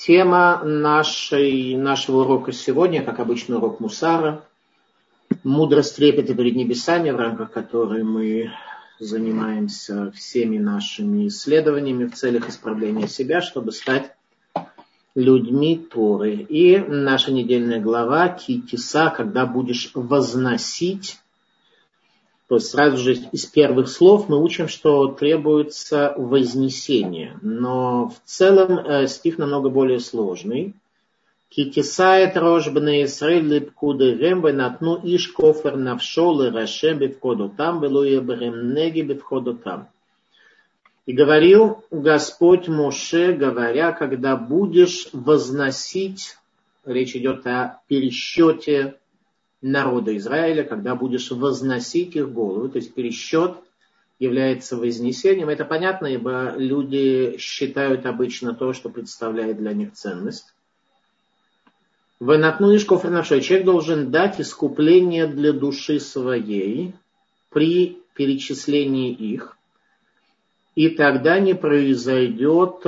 Тема нашего урока сегодня, как обычно, урок Мусара. Мудрость трепета перед небесами, в рамках которой мы занимаемся всеми нашими исследованиями в целях исправления себя, чтобы стать людьми Торы. И наша недельная глава Ки-Тиса, когда будешь возносить. То есть сразу же из первых слов мы учим, что требуется вознесение. Но в целом стих намного более сложный. Китисает рожбны Исраэль липкуды рембы натну иш кофер навшолы рашем бевходу там белуя бремнеги бевходу там. И говорил Господь Моше, говоря, когда будешь возносить, речь идет о пересчете народа Израиля, когда будешь возносить их голову, то есть пересчет является вознесением. Это понятно, ибо люди считают обычно то, что представляет для них ценность. Вынатнуешь кофр навшой. Человек должен дать искупление для души своей при перечислении их, и тогда не произойдет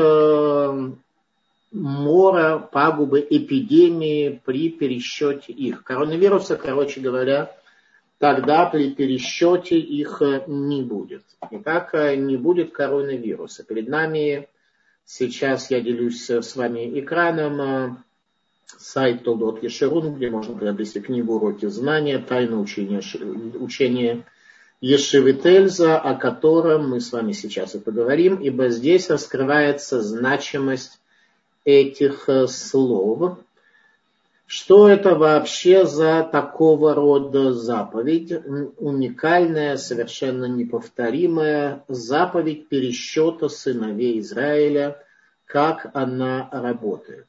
мора, пагубы, эпидемии при пересчете их. Коронавируса, короче говоря, тогда при пересчете их не будет. Итак, не будет коронавируса. Перед нами сейчас я делюсь с вами экраном. Сайт Толдот Ешерун, где можно приобрести книгу «Уроки знания», тайное учение Ешивы Тельза, о котором мы с вами сейчас и поговорим, ибо здесь раскрывается значимость этих слов. Что это вообще за такого рода заповедь? Уникальная, совершенно неповторимая заповедь пересчета сыновей Израиля, как она работает.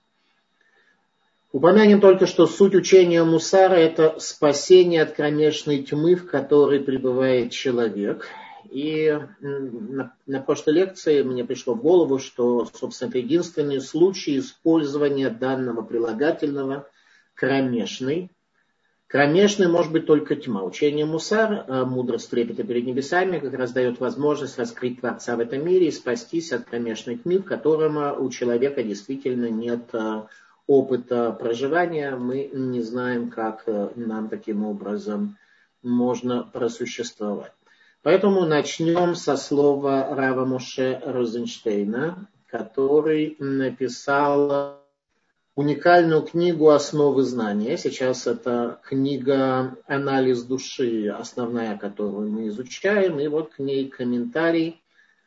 Упомянем только, что суть учения Мусара – это спасение от кромешной тьмы, в которой пребывает человек. И на прошлой лекции мне пришло в голову, что, собственно, это единственный случай использования данного прилагательного «кромешный». Кромешный может быть только тьма. Учение Мусар, мудрость трепета перед небесами, как раз дает возможность раскрыть Творца в этом мире и спастись от кромешной тьмы, в котором у человека действительно нет опыта проживания. Мы не знаем, как нам таким образом можно просуществовать. Поэтому начнем со слова Рава Моше Розенштейна, который написал уникальную книгу «Основы знания». Сейчас это книга «Анализ души», основная, которую мы изучаем. И вот к ней комментарий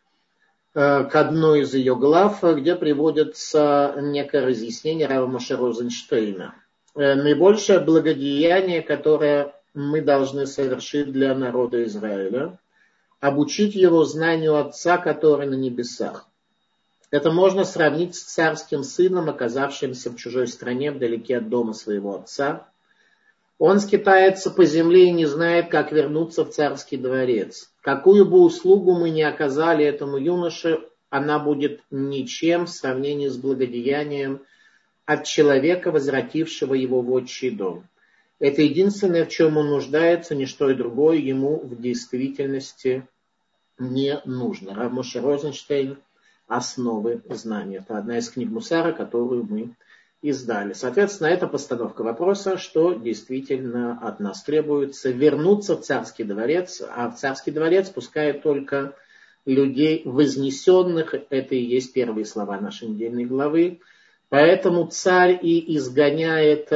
к одной из ее глав, где приводится некое разъяснение Рава Моше Розенштейна. Наибольшее благодеяние, которое мы должны совершить для народа Израиля, обучить его знанию Отца, который на небесах. Это можно сравнить с царским сыном, оказавшимся в чужой стране, вдалеке от дома своего отца. Он скитается по земле и не знает, как вернуться в царский дворец. Какую бы услугу мы ни оказали этому юноше, она будет ничем в сравнении с благодеянием от человека, возвратившего его в отчий дом. Это единственное, в чем он нуждается, ничто и другое ему в действительности не нужно. Рав Моше Розенштейн «Основы знания». Это одна из книг Мусара, которую мы издали. Соответственно, это постановка вопроса, что действительно от нас требуется вернуться в царский дворец, а в царский дворец пускают только людей вознесенных. Это и есть первые слова нашей недельной главы. Поэтому царь и изгоняет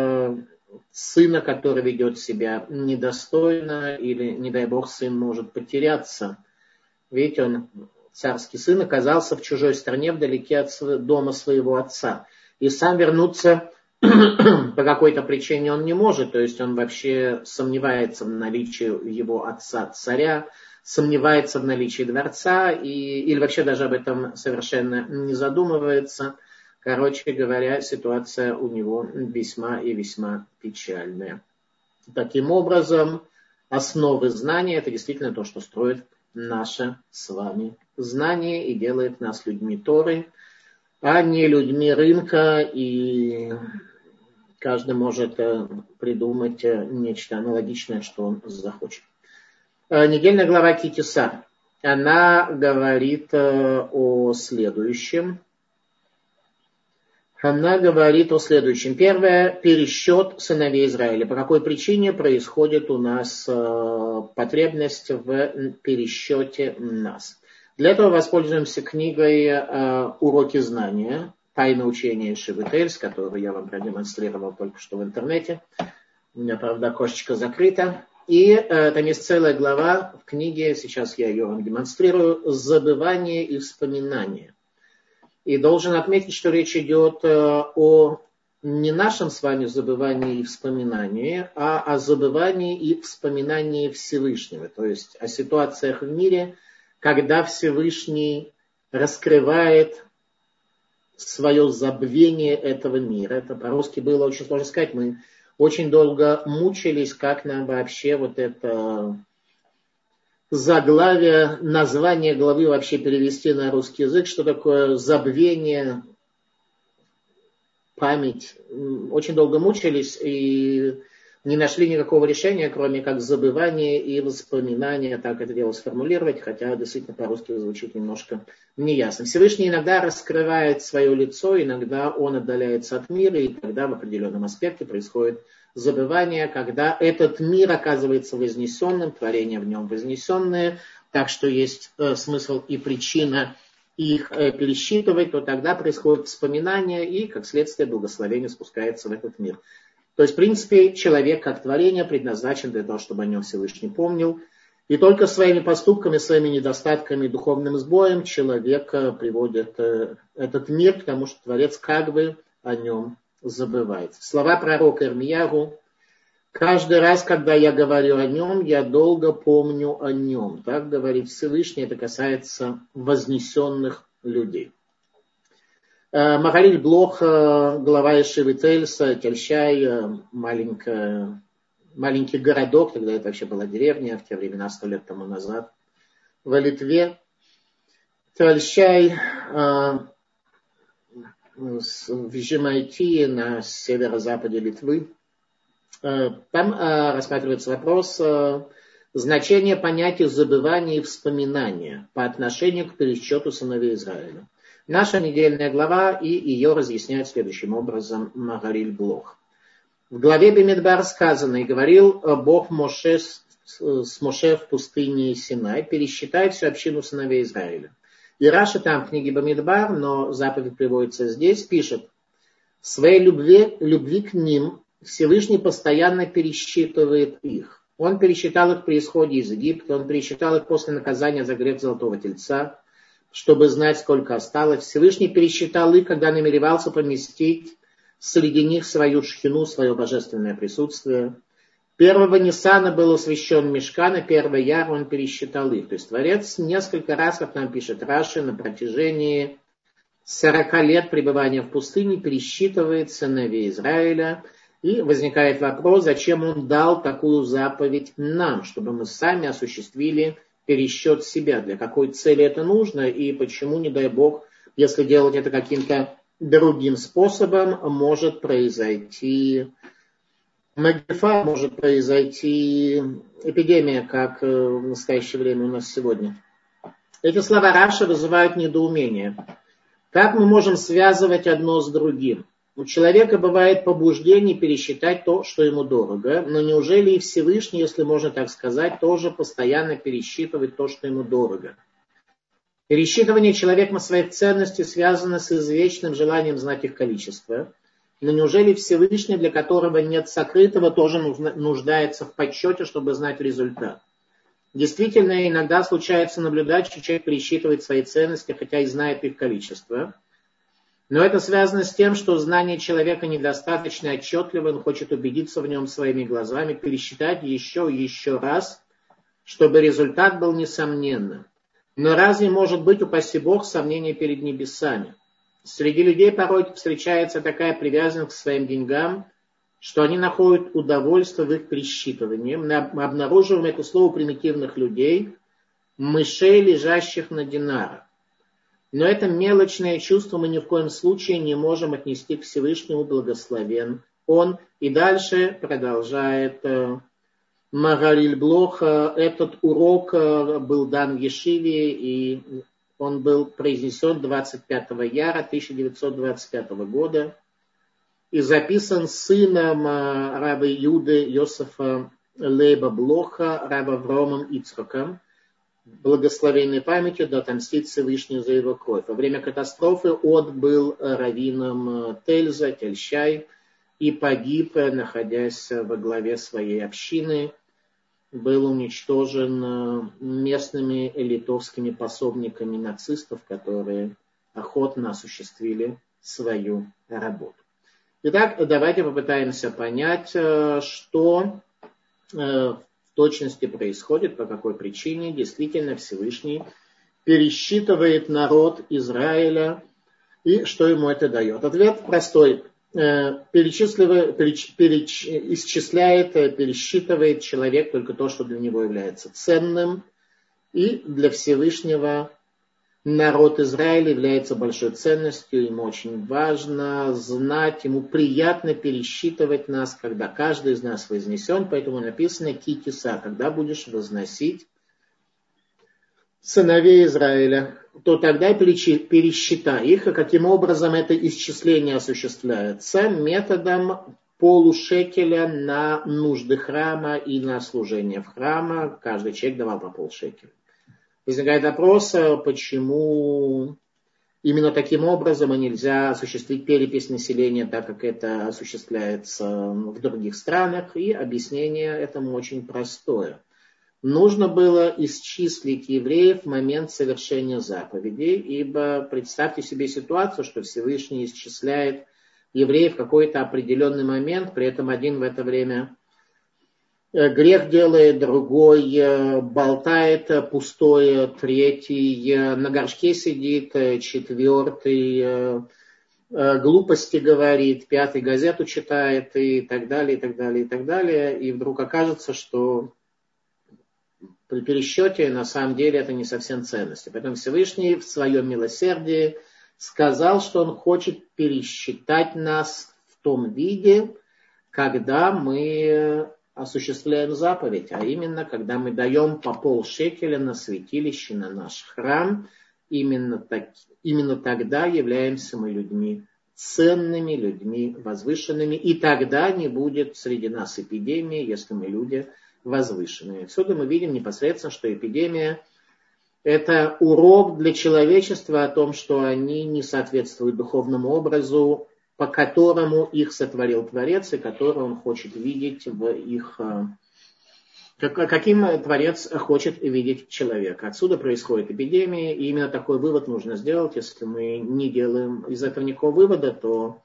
сына, который ведет себя недостойно, или, не дай бог, сын может потеряться. Ведь он, царский сын, оказался в чужой стране, вдалеке от дома своего отца. И сам вернуться по какой-то причине он не может. То есть он вообще сомневается в наличии его отца царя, сомневается в наличии дворца, или вообще даже об этом совершенно не задумывается. Короче говоря, ситуация у него весьма и весьма печальная. Таким образом, основы знания – это действительно то, что строит наше с вами знание и делает нас людьми Торы, а не людьми рынка, и каждый может придумать нечто аналогичное, что он захочет. Недельная глава Ки-Тиса, она говорит о следующем. Она говорит о следующем. Первое, пересчет сыновей Израиля. По какой причине происходит у нас потребность в пересчете нас? Для этого воспользуемся книгой «Уроки знания», «Тайны учения Шивы Тельс», которую я вам продемонстрировал только что в интернете. У меня, правда, окошечко закрыто. И там есть целая глава в книге, сейчас я ее вам демонстрирую, «Забывание и вспоминание». И должен отметить, что речь идет о не нашем с вами забывании и вспоминании, а о забывании и вспоминании Всевышнего. То есть о ситуациях в мире, когда Всевышний раскрывает свое забвение этого мира. Это по-русски было очень сложно сказать. Мы очень долго мучились, как нам вообще вот это заглавие, название главы вообще перевести на русский язык, что такое забвение, память. Очень долго мучились и не нашли никакого решения, кроме как забывание и воспоминание, так это дело сформулировать, хотя действительно по-русски звучит немножко неясно. Всевышний иногда раскрывает свое лицо, иногда он отдаляется от мира, и тогда в определенном аспекте происходит забывание, когда этот мир оказывается вознесенным, творение в нем вознесенное, так что есть смысл и причина их пересчитывать, то тогда происходит вспоминание и, как следствие, благословение спускается в этот мир. То есть, в принципе, человек как творение предназначен для того, чтобы о нем Всевышний помнил. И только своими поступками, своими недостатками, духовным сбоем человек приводит этот мир к тому, что Творец как бы о нем забывает. Слова пророка Ирмиягу: «Каждый раз, когда я говорю о нем, я долго помню о нем». Так говорит Всевышний, это касается вознесенных людей. Магариль Блох, глава Ешивы Тельса, Тельщай, маленький городок, тогда это вообще была деревня, в те времена, 100 лет тому назад, в Литве. Тельщай в Жемайтии, на северо-западе Литвы. Там рассматривается вопрос значения понятия забывания и вспоминания по отношению к пересчету сыновей Израиля. Наша недельная глава, и ее разъясняет следующим образом Магариль Блох. В главе Бамидбар сказано: «И говорил Бог Моше с Моше в пустыне Синай, пересчитай всю общину сыновей Израиля». И Раши там в книге Бамидбар, но заповедь приводится здесь, пишет: «В своей любви к ним Всевышний постоянно пересчитывает их. Он пересчитал их при исходе из Египта, он пересчитал их после наказания за грех Золотого Тельца, чтобы знать, сколько осталось. Всевышний пересчитал их, когда намеревался поместить среди них свою шхину, свое божественное присутствие. 1 Ниссана был освящен Мишкан, и 1 Яр он пересчитал их». То есть Творец несколько раз, как нам пишет Раши, на протяжении 40 лет пребывания в пустыне пересчитывает сыновей Израиля. И возникает вопрос, зачем он дал такую заповедь нам, чтобы мы сами осуществили пересчет себя, для какой цели это нужно, и почему, не дай Бог, если делать это каким-то другим способом, может произойти магифа, может произойти эпидемия, как в настоящее время у нас сегодня. Эти слова Раши вызывают недоумение. Как мы можем связывать одно с другим? У человека бывает побуждение пересчитать то, что ему дорого, но неужели и Всевышний, если можно так сказать, тоже постоянно пересчитывает то, что ему дорого? Пересчитывание человеком своих ценностей связано с извечным желанием знать их количество. Но неужели Всевышний, для которого нет сокрытого, тоже нуждается в подсчете, чтобы знать результат? Действительно, иногда случается наблюдать, что человек пересчитывает свои ценности, хотя и знает их количество. Но это связано с тем, что знание человека недостаточно отчетливо, он хочет убедиться в нем своими глазами, пересчитать еще и еще раз, чтобы результат был несомненным. Но разве может быть, упаси Бог, сомнение перед небесами? Среди людей порой встречается такая привязанность к своим деньгам, что они находят удовольствие в их пересчитывании. Мы обнаруживаем это слово у примитивных людей, мышей, лежащих на динарах. Но это мелочное чувство мы ни в коем случае не можем отнести к Всевышнему, благословен Он. И дальше продолжает Магариль Блох. Этот урок был дан в Ешиве, и Он был произнесен 25 яра 1925 года и записан сыном раба Юды Йосефа Лейба Блоха, раба Авромом Ицхаком, благословенной памятью да отомстит Всевышний за его кровь. Во время катастрофы Од был раввином Тельза, Тельщай, и погиб, находясь во главе своей общины, был уничтожен местными литовскими пособниками нацистов, которые охотно осуществили свою работу. Итак, давайте попытаемся понять, что в точности происходит, по какой причине действительно Всевышний пересчитывает народ Израиля и что ему это дает. Ответ простой. Пересчитывает человек только то, что для него является ценным, и для Всевышнего народ Израиля является большой ценностью, ему очень важно знать, ему приятно пересчитывать нас, когда каждый из нас вознесен, поэтому написано «Китиса», когда будешь возносить сыновей Израиля, то тогда пересчитай их. И каким образом это исчисление осуществляется? Методом полушекеля на нужды храма и на служение в храме. Каждый человек давал по полшекеля. Возникает вопрос, почему именно таким образом нельзя осуществить перепись населения, так как это осуществляется в других странах. И объяснение этому очень простое. Нужно было исчислить евреев в момент совершения заповедей, ибо представьте себе ситуацию, что Всевышний исчисляет евреев в какой-то определенный момент, при этом один в это время грех делает, другой болтает пустое, третий на горшке сидит, четвертый глупости говорит, пятый газету читает и так далее, и так далее, и так далее. И вдруг окажется, что при пересчете на самом деле это не совсем ценность. Поэтому Всевышний в своем милосердии сказал, что он хочет пересчитать нас в том виде, когда мы осуществляем заповедь, а именно, когда мы даем по полшекеля на святилище, на наш храм, именно тогда являемся мы людьми ценными, людьми возвышенными, и тогда не будет среди нас эпидемии, если мы люди возвышенные. Отсюда мы видим непосредственно, что эпидемия – это урок для человечества о том, что они не соответствуют духовному образу, по которому их сотворил Творец, и который он хочет видеть в их... Каким Творец хочет видеть человека. Отсюда происходит эпидемия, и именно такой вывод нужно сделать. Если мы не делаем из этого никакого вывода, то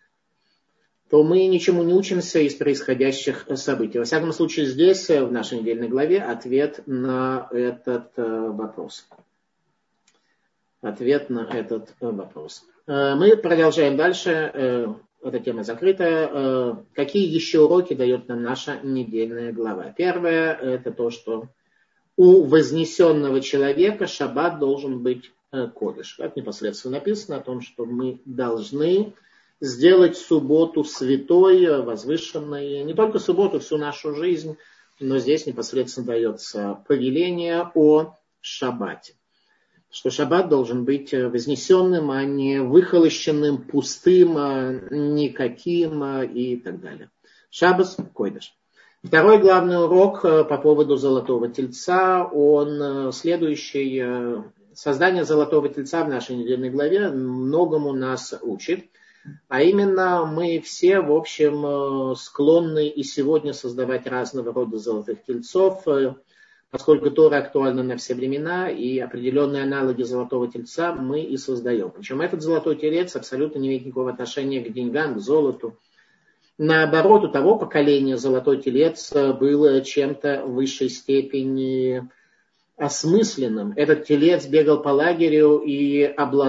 мы ничему не учимся из происходящих событий. Во всяком случае, здесь, в нашей недельной главе, ответ на этот вопрос. Ответ на этот вопрос. Мы продолжаем дальше. Эта тема закрыта. Какие еще уроки дает нам наша недельная глава? Первое, это то, что у вознесенного человека шаббат должен быть кодеш. Как непосредственно написано о том, что мы должны сделать субботу святой, возвышенной. Не только субботу, всю нашу жизнь, но здесь непосредственно дается повеление о шаббате. Что шаббат должен быть вознесенным, а не выхолощенным, пустым, никаким и так далее. Шаббат койдеш. Второй главный урок по поводу золотого тельца, он следующий. Создание золотого тельца в нашей недельной главе многому нас учит. А именно мы все, в общем, склонны и сегодня создавать разного рода золотых тельцов, поскольку Тора актуальна на все времена, и определенные аналоги золотого тельца мы и создаем. Причем этот золотой телец абсолютно не имеет никакого отношения к деньгам, к золоту. Наоборот, у того поколения золотой телец был чем-то в высшей степени осмысленным. Этот телец бегал по лагерю и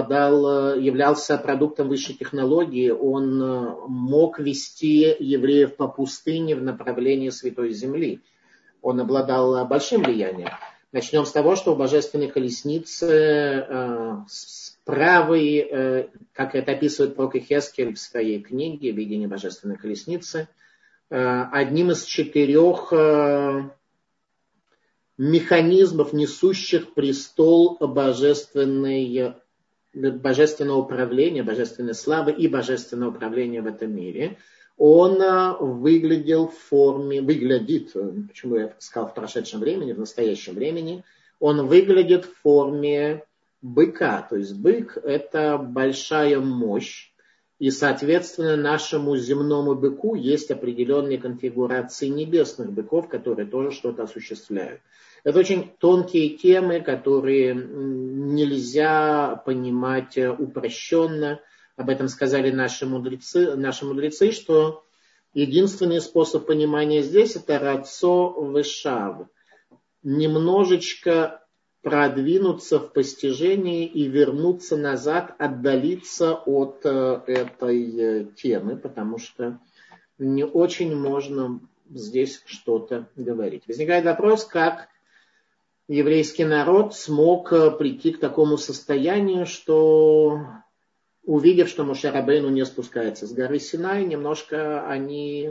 являлся продуктом высшей технологии. Он мог вести евреев по пустыне в направлении Святой Земли. Он обладал большим влиянием. Начнем с того, что у божественной колесницы с правой, как это описывает пророк Йехескель в своей книге «Видение божественной колесницы», одним из 4 механизмов, несущих престол божественного управления, божественной славы и божественного управления в этом мире, он выглядит, почему я сказал в прошедшем времени, в настоящем времени, он выглядит в форме быка. То есть бык – это большая мощь, и, соответственно, нашему земному быку есть определенные конфигурации небесных быков, которые тоже что-то осуществляют. Это очень тонкие темы, которые нельзя понимать упрощенно. Об этом сказали наши мудрецы, что единственный способ понимания здесь – это рацо вешав. Немножечко продвинуться в постижении и вернуться назад, отдалиться от этой темы, потому что не очень можно здесь что-то говорить. Возникает вопрос, как еврейский народ смог прийти к такому состоянию, что, увидев, что Моше Рабейну не спускается с горы Синай, немножко они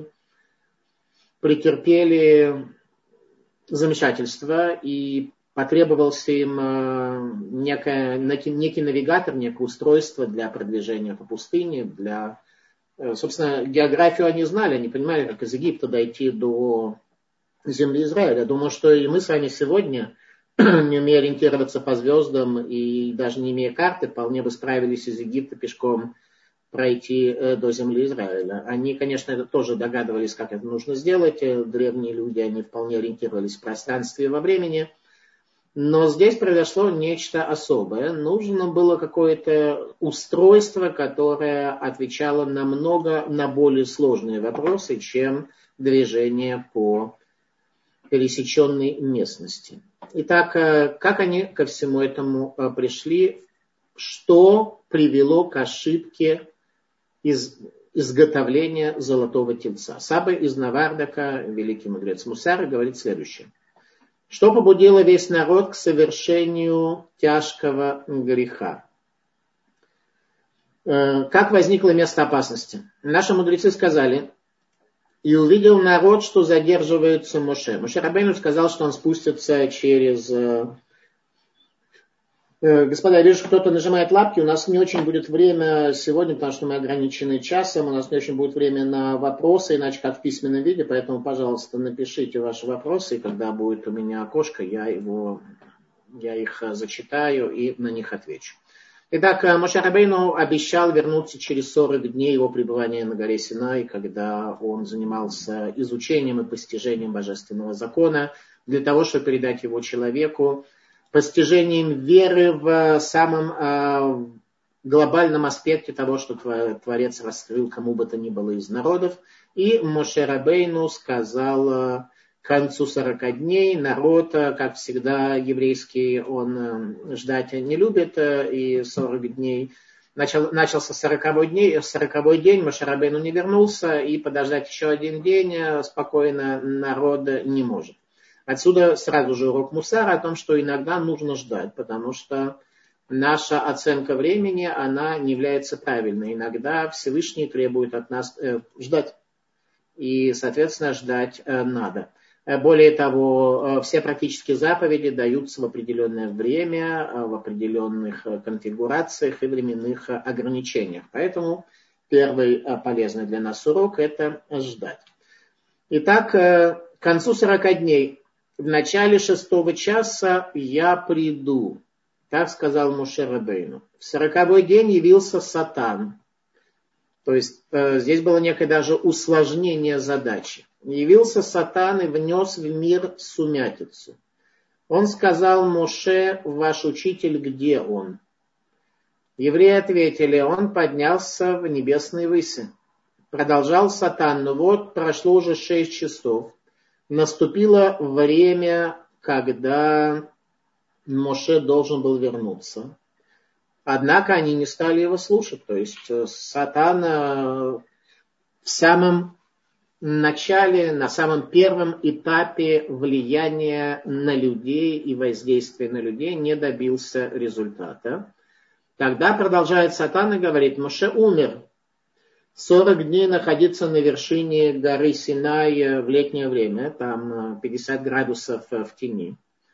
претерпели замешательство, и потребовался им некий навигатор, некое устройство для продвижения по пустыне. Собственно, географию они знали, они понимали, как из Египта дойти до земли Израиля. Я думаю, что и мы с вами сегодня, не умея ориентироваться по звездам и даже не имея карты, вполне бы справились из Египта пешком пройти до земли Израиля. Они, конечно, это тоже догадывались, как это нужно сделать. Древние люди, они вполне ориентировались в пространстве и во времени. Но здесь произошло нечто особое. Нужно было какое-то устройство, которое отвечало на более сложные вопросы, чем движение по пересеченной местности. Итак, как они ко всему этому пришли? Что привело к ошибке изготовления золотого тельца? Саба из Навардака, великий мудрец Мусар, говорит следующее. Что побудило весь народ к совершению тяжкого греха? Как возникло место опасности? Наши мудрецы сказали, и увидел народ, что задерживается Моше. Моше Рабейну сказал, что он спустится через... Господа, я вижу, что кто-то нажимает лапки. У нас не очень будет время сегодня, потому что мы ограничены часом. У нас не очень будет время на вопросы, иначе как в письменном виде. Поэтому, пожалуйста, напишите ваши вопросы. И когда будет у меня окошко, я их зачитаю и на них отвечу. Итак, Моше Рабейну обещал вернуться через 40 дней его пребывания на горе Синай, когда он занимался изучением и постижением божественного закона, для того, чтобы передать его человеку, постижением веры в самом глобальном аспекте того, что Творец раскрыл кому бы то ни было из народов. И Моше Рабейну сказал к концу 40 дней, народ, как всегда, еврейский, он ждать не любит, и 40 дней начался 40-й день, Моше Рабейну не вернулся, и подождать еще один день спокойно народ не может. Отсюда сразу же урок Мусара о том, что иногда нужно ждать, потому что наша оценка времени, она не является правильной. Иногда Всевышний требует от нас ждать, и, соответственно, ждать надо. Более того, все практические заповеди даются в определенное время, в определенных конфигурациях и временных ограничениях. Поэтому первый полезный для нас урок – это ждать. Итак, к концу 40 дней, в начале 6-го часа я приду, так сказал Моше Рабейну. В 40-й день явился Сатан. То есть здесь было некое даже усложнение задачи. Явился Сатан и внес в мир сумятицу. Он сказал Моше, ваш учитель, где он? Евреи ответили, он поднялся в небесные выси. Продолжал Сатан, ну вот прошло уже 6 часов. Наступило время, когда Моше должен был вернуться. Однако они не стали его слушать. То есть Сатан в самом начале, на самом первом этапе влияния на людей и воздействия на людей не добился результата. Тогда продолжает Сатан и говорит, Моше умер. 40 дней находиться на вершине горы Синай в летнее время, там 50 градусов в тени.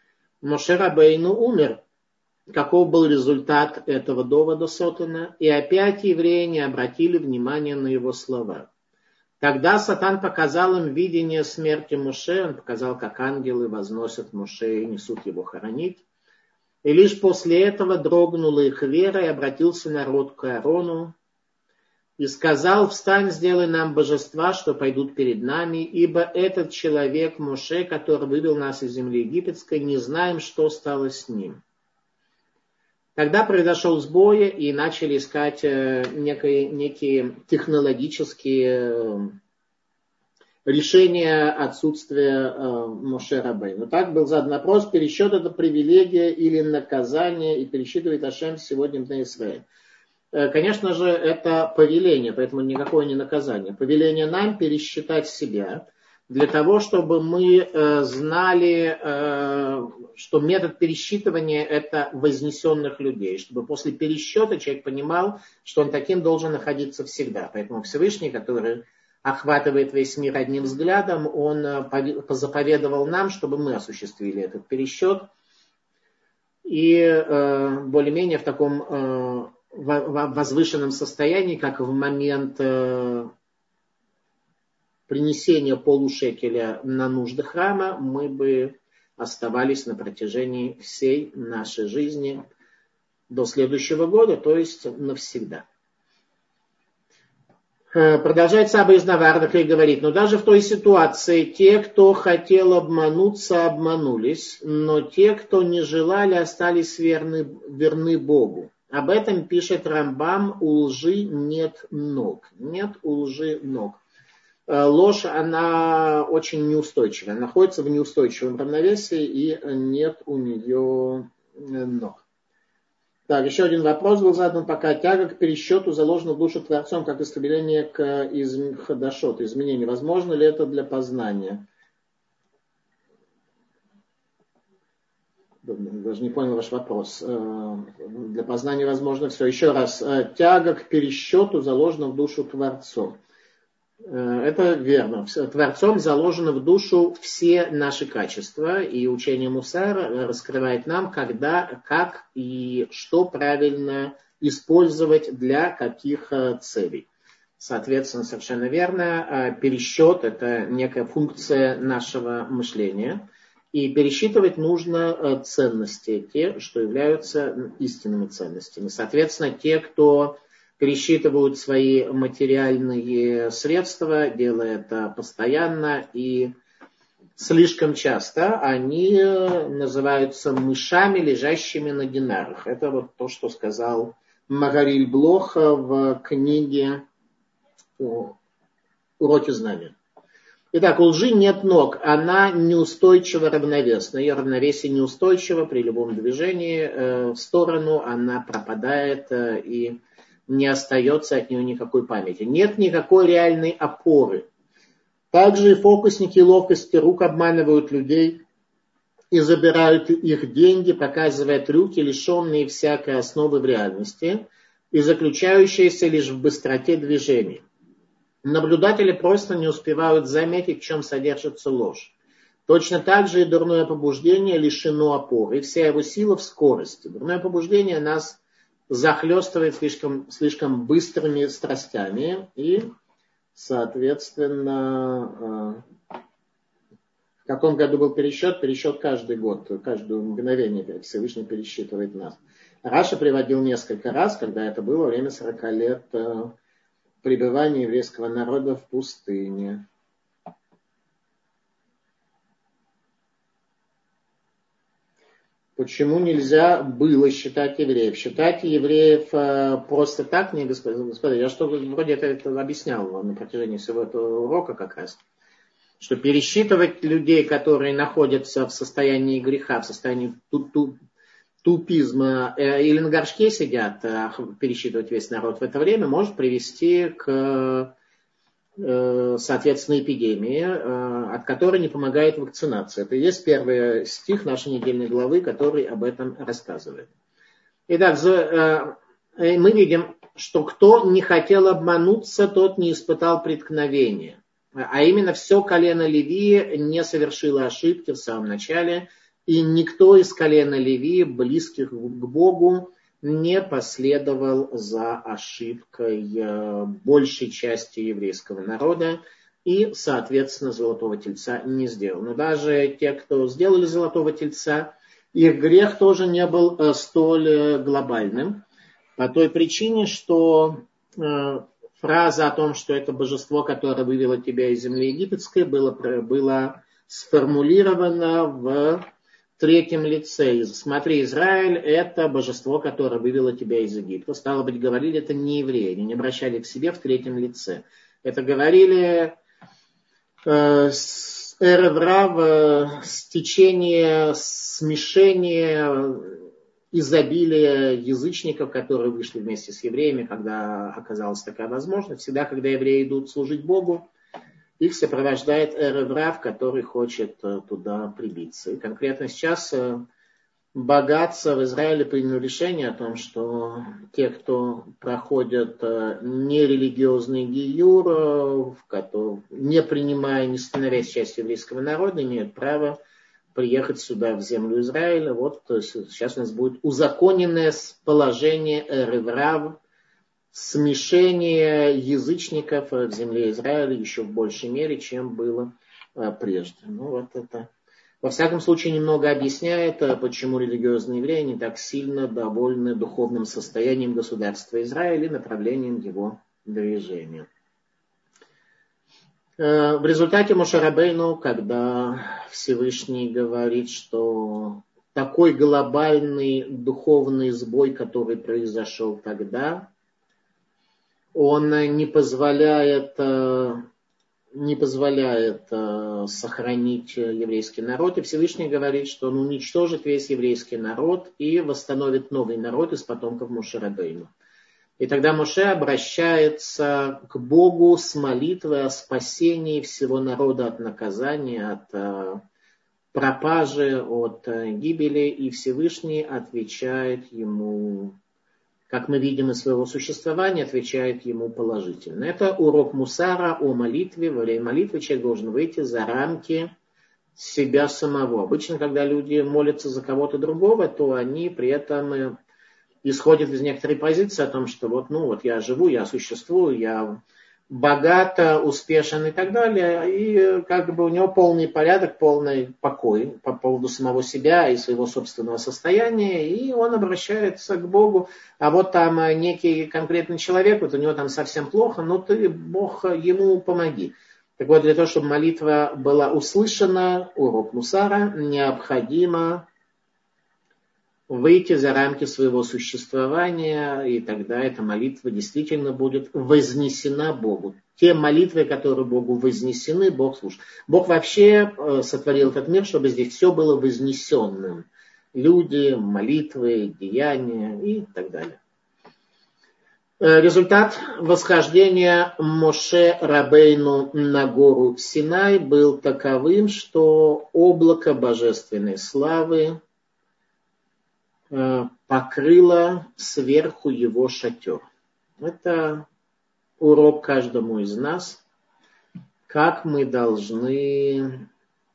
Моше Рабейну умер. Каков был результат этого довода Сатана? И опять евреи не обратили внимания на его слова. Тогда Сатан показал им видение смерти Моше, он показал, как ангелы возносят Моше и несут его хоронить. И лишь после этого дрогнула их вера, и обратился народ к Аарону, и сказал: «Встань, сделай нам божества, что пойдут перед нами, ибо этот человек Моше, который вывел нас из земли египетской, не знаем, что стало с ним». Тогда произошел сбой, и начали искать некие технологические решения отсутствия Моше Рабейну. Так был задан вопрос: пересчет — это привилегия или наказание, и пересчитывает Ашем сегодня на Израиль. Конечно же, это повеление, поэтому никакое не наказание. Повеление нам пересчитать себя, для того, чтобы мы знали, что метод пересчитывания — это вознесенных людей, чтобы после пересчета человек понимал, что он таким должен находиться всегда. Поэтому Всевышний, который охватывает весь мир одним взглядом, он заповедовал нам, чтобы мы осуществили этот пересчет. И более-менее в таком возвышенном состоянии, как в момент принесения полушекеля на нужды храма, мы бы оставались на протяжении всей нашей жизни до следующего года, то есть навсегда. Продолжает Саба из Наварных и говорит: но даже в той ситуации те, кто хотел обмануться, обманулись, но те, кто не желали, остались верны Богу. Об этом пишет Рамбам: у лжи нет ног. Нет у лжи ног. Ложь, она очень неустойчивая, находится в неустойчивом равновесии, и нет у нее ног. Так, еще один вопрос был задан пока. Тяга к пересчету заложена в душу Творцом, как стремление к хадашот, изменению. Возможно ли это для познания? Даже не понял ваш вопрос. Для познания возможно все. Еще раз. Тяга к пересчету заложена в душу Творцом. Это верно. Творцом заложено в душу все наши качества, и учение Мусар раскрывает нам, когда, как и что правильно использовать для каких целей. Соответственно, совершенно верно, пересчет — это некая функция нашего мышления, и пересчитывать нужно ценности, те, что являются истинными ценностями. Соответственно, те, кто пересчитывают свои материальные средства, делая это постоянно и слишком часто, они называются мышами, лежащими на динарах. Это вот то, что сказал Магариль Блох в книге «Уроки знания». Итак, у лжи нет ног, она неустойчиво равновесна. Ее равновесие неустойчиво при любом движении в сторону, она пропадает и не остается от нее никакой памяти. Нет никакой реальной опоры. Также и фокусники ловкости рук обманывают людей и забирают их деньги, показывая трюки, лишенные всякой основы в реальности и заключающиеся лишь в быстроте движений. Наблюдатели просто не успевают заметить, в чем содержится ложь. Точно так же и дурное побуждение лишено опоры, и вся его сила в скорости. Дурное побуждение нас захлестывает слишком быстрыми страстями, и, соответственно, в каком году был пересчет? Пересчет каждый год, каждое мгновение Всевышний пересчитывает нас. Раша приводил несколько раз, когда это было во время 40 лет пребывания еврейского народа в пустыне. Почему нельзя было считать евреев? Считать евреев просто так, не, господа, я что вроде это объяснял вам на протяжении всего этого урока как раз, что пересчитывать людей, которые находятся в состоянии греха, в состоянии тупизма, или на горшке сидят, пересчитывать весь народ в это время, может привести к, соответственно, эпидемии, от которой не помогает вакцинация. Это и есть первый стих нашей недельной главы, который об этом рассказывает. Итак, мы видим, что кто не хотел обмануться, тот не испытал преткновения. А именно, все колено Левии не совершило ошибки в самом начале, И никто из колена Леви, близких к Богу, не последовал за ошибкой большей части еврейского народа и, соответственно, золотого тельца не сделал. Но даже те, кто сделали золотого тельца, их грех тоже не был столь глобальным. По той причине, что фраза о том, что это божество, которое вывело тебя из земли египетской, было сформулировано в третьем лице. Смотри, Израиль – это божество, которое вывело тебя из Египта. Стало быть, говорили это не евреи, они не обращали к себе в третьем лице. Это говорили эрев рав, стечение, смешение, изобилие язычников, которые вышли вместе с евреями, когда оказалась такая возможность. Всегда, когда евреи идут служить Богу, их сопровождает эрев рав, который хочет туда прибиться. И конкретно сейчас богатство в Израиле приняли решение о том, что те, кто проходят нерелигиозный гиюр, не принимая, не становясь частью еврейского народа, имеют право приехать сюда, в землю Израиля. Вот то есть, сейчас у нас будет узаконенное положение эрев рав, смешение язычников в земле Израиля еще в большей мере, чем было прежде. Ну вот это, во всяком случае, немного объясняет, почему религиозные евреи не так сильно довольны духовным состоянием государства Израиля и направлением его движения. В результате Моше Рабейну, когда Всевышний говорит, что такой глобальный духовный сбой, который произошел тогда, он не позволяет сохранить еврейский народ. И Всевышний говорит, что он уничтожит весь еврейский народ и восстановит новый народ из потомков Моше Рабейну. И тогда Моше обращается к Богу с молитвой о спасении всего народа от наказания, от пропажи, от гибели. И Всевышний отвечает ему, как мы видим из своего существования, отвечает ему положительно. Это урок мусара о молитве. Во время молитвы человек должен выйти за рамки себя самого. Обычно, когда люди молятся за кого-то другого, то они при этом исходят из некоторой позиции о том, что вот я живу, я существую, я богат, успешен и так далее. И как бы у него полный порядок, полный покой по поводу самого себя и своего собственного состояния. И он обращается к Богу. А вот там некий конкретный человек, вот у него там совсем плохо, но ты, Бог, ему помоги. Так вот, для того, чтобы молитва была услышана, урок мусара, необходимо выйти за рамки своего существования, и тогда эта молитва действительно будет вознесена Богу. Те молитвы, которые Богу вознесены, Бог слушает. Бог вообще сотворил этот мир, чтобы здесь все было вознесенным. Люди, молитвы, деяния и так далее. Результат восхождения Моше Рабейну на гору Синай был таковым, что облако божественной славы покрыло сверху его шатер. Это урок каждому из нас, как мы должны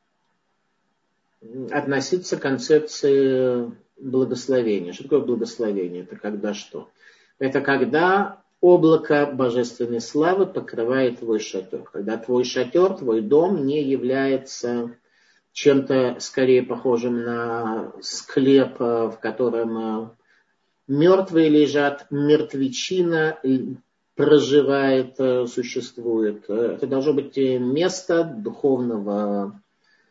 относиться к концепции благословения. Что такое благословение? Это когда что? Это когда облако божественной славы покрывает твой шатер. Когда твой шатер, твой дом не является чем-то скорее похожим на склеп, в котором мертвые лежат, мертвечина проживает, существует. Это должно быть место духовного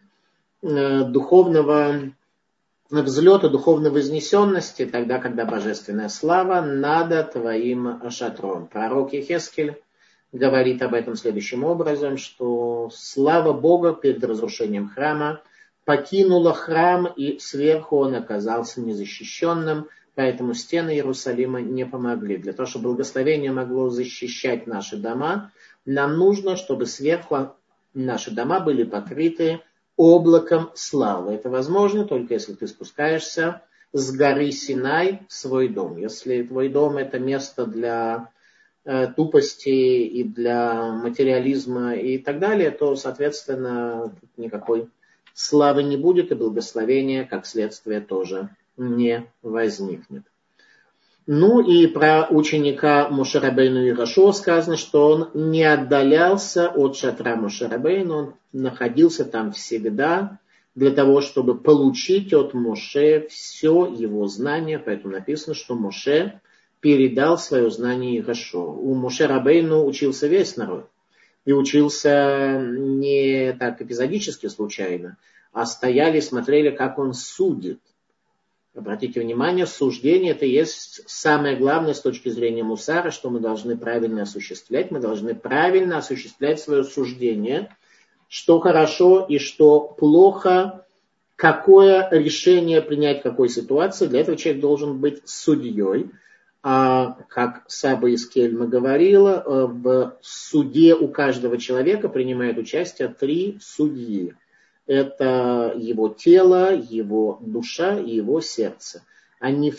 взлета, духовной вознесенности, тогда, когда божественная слава над твоим шатром. Пророк Йехескель говорит об этом следующим образом, что слава Бога перед разрушением храма покинула храм, и сверху он оказался незащищенным, поэтому стены Иерусалима не помогли. Для того, чтобы благословение могло защищать наши дома, нам нужно, чтобы сверху наши дома были покрыты облаком славы. Это возможно только если ты спускаешься с горы Синай в свой дом. Если твой дом это место для тупости и для материализма и так далее, то, соответственно, никакой славы не будет, и благословения, как следствие, тоже не возникнет. Ну и про ученика Моше Рабейну Иерошуа сказано, что он не отдалялся от шатра Моше Рабейну, он находился там всегда для того, чтобы получить от Моше все его знание. Поэтому написано, что Моше передал свое знание Иерошуа. У Моше Рабейну учился весь народ. И учился не так эпизодически случайно, а стояли, смотрели, как он судит. Обратите внимание, суждение это и есть самое главное с точки зрения мусара, что мы должны правильно осуществлять. Мы должны правильно осуществлять свое суждение, что хорошо и что плохо, какое решение принять в какой ситуации. Для этого человек должен быть судьей. А как Саба из Кельма говорила, в суде у каждого человека принимает участие 3 судьи. Это его тело, его душа и его сердце. Они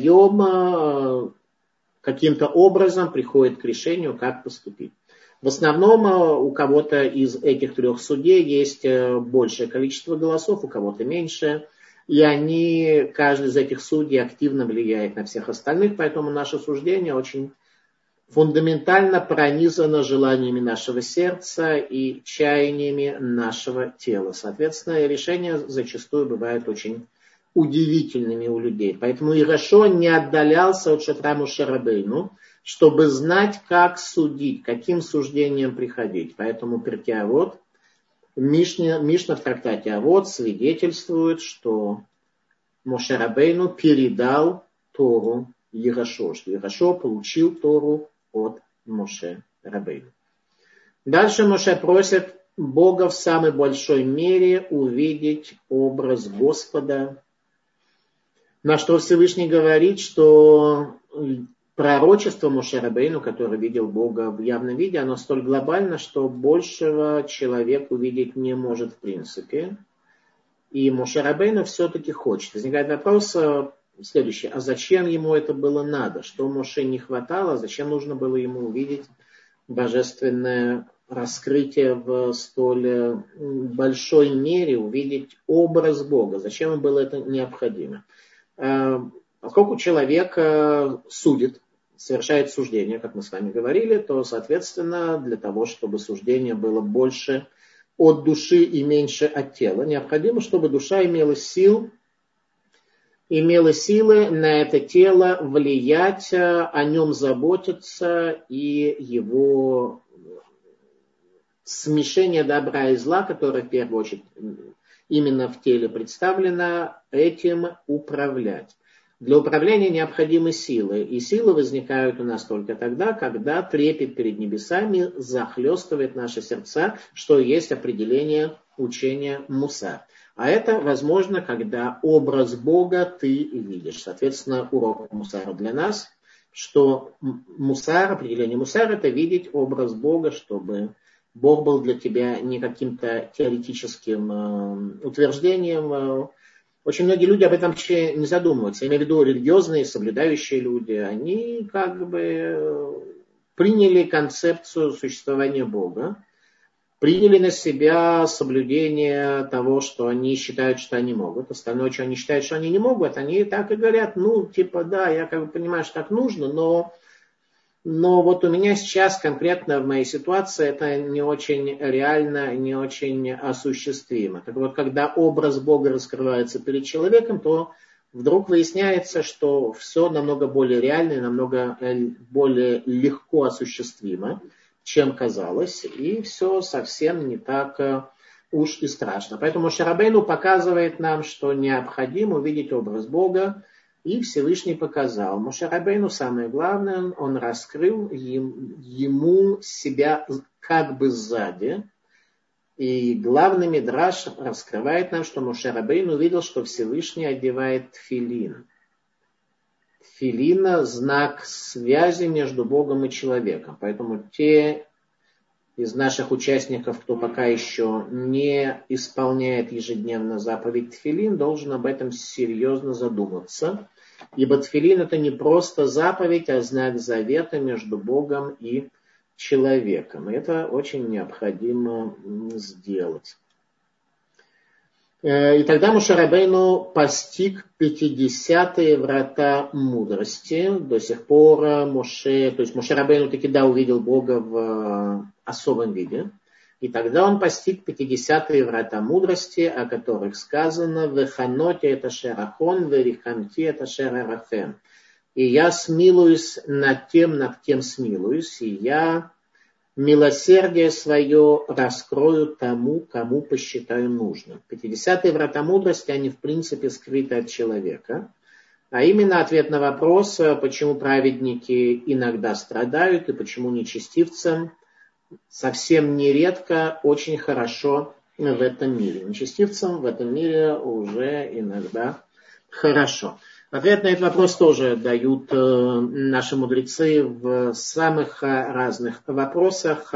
втроем каким-то образом приходят к решению, как поступить. В основном у кого-то из этих 3 судей есть большее количество голосов, у кого-то меньше. И они, каждый из этих судей активно влияет на всех остальных, поэтому наше суждение очень фундаментально пронизано желаниями нашего сердца и чаяниями нашего тела. Соответственно, решения зачастую бывают очень удивительными у людей. Поэтому Иерошуа не отдалялся от шатра Моше Рабейну, чтобы знать, как судить, каким суждением приходить. Поэтому Перкей Авот, Мишна в трактате Авот свидетельствует, что Моше Рабейну передал Тору Иерошуа, что Иерошуа получил Тору от Моше Рабейну. Дальше Моше просит Бога в самой большой мере увидеть образ Господа, на что Всевышний говорит, что пророчество Моше Рабейну, который видел Бога в явном виде, оно столь глобально, что большего человек увидеть не может в принципе. И Моше Рабейну все-таки хочет. Возникает вопрос следующий. А зачем ему это было надо? Что Моше не хватало? Зачем нужно было ему увидеть божественное раскрытие в столь большой мере, увидеть образ Бога? Зачем ему было это необходимо? Поскольку человек судит, совершает суждение, как мы с вами говорили, то, соответственно, для того, чтобы суждение было больше от души и меньше от тела, необходимо, чтобы душа имела силы на это тело влиять, о нем заботиться, и его смешение добра и зла, которое в первую очередь именно в теле представлено, этим управлять. Для управления необходимы силы, и силы возникают у нас только тогда, когда трепет перед небесами захлестывает наши сердца, что есть определение учения мусар. А это возможно, когда образ Бога ты видишь. Соответственно, урок мусара для нас, что мусар, определение мусара, это видеть образ Бога, чтобы Бог был для тебя не каким-то теоретическим утверждением. Очень многие люди об этом вообще не задумываются. Я имею в виду религиозные, соблюдающие люди. Они как бы приняли концепцию существования Бога, приняли на себя соблюдение того, что они считают, что они могут. Остальное, что они считают, что они не могут, они так и говорят, да, я как бы понимаю, что так нужно, но вот у меня сейчас конкретно в моей ситуации это не очень реально, не очень осуществимо. Так вот, когда образ Бога раскрывается перед человеком, то вдруг выясняется, что все намного более реально и намного более легко осуществимо, чем казалось, и все совсем не так уж и страшно. Поэтому Моше Рабейну показывает нам, что необходимо увидеть образ Бога, и Всевышний показал. Моше Рабейну самое главное, он раскрыл ему себя как бы сзади. И главный мидраш раскрывает нам, что Моше Рабейну увидел, что Всевышний одевает тфилин. Тфилин – знак связи между Богом и человеком. Поэтому те из наших участников, кто пока еще не исполняет ежедневно заповедь тфилин, должен об этом серьезно задуматься. Ибо тфилин это не просто заповедь, а знак завета между Богом и человеком. И это очень необходимо сделать. И тогда Моше Рабейну постиг 50-е врата мудрости. До сих пор то есть Моше Рабейну таки увидел Бога в особом виде. И тогда он постиг 50-е врата мудрости, о которых сказано «Веханоте это шерахон, верихамти это шерарахем». И я смилуюсь над кем смилуюсь, и я милосердие свое раскрою тому, кому посчитаю нужным. 50-е врата мудрости, они в принципе скрыты от человека. А именно ответ на вопрос, почему праведники иногда страдают и почему нечестивцам совсем нередко очень хорошо в этом мире. Нечестивцам в этом мире уже иногда хорошо. Ответ на этот вопрос тоже дают наши мудрецы в самых разных вопросах.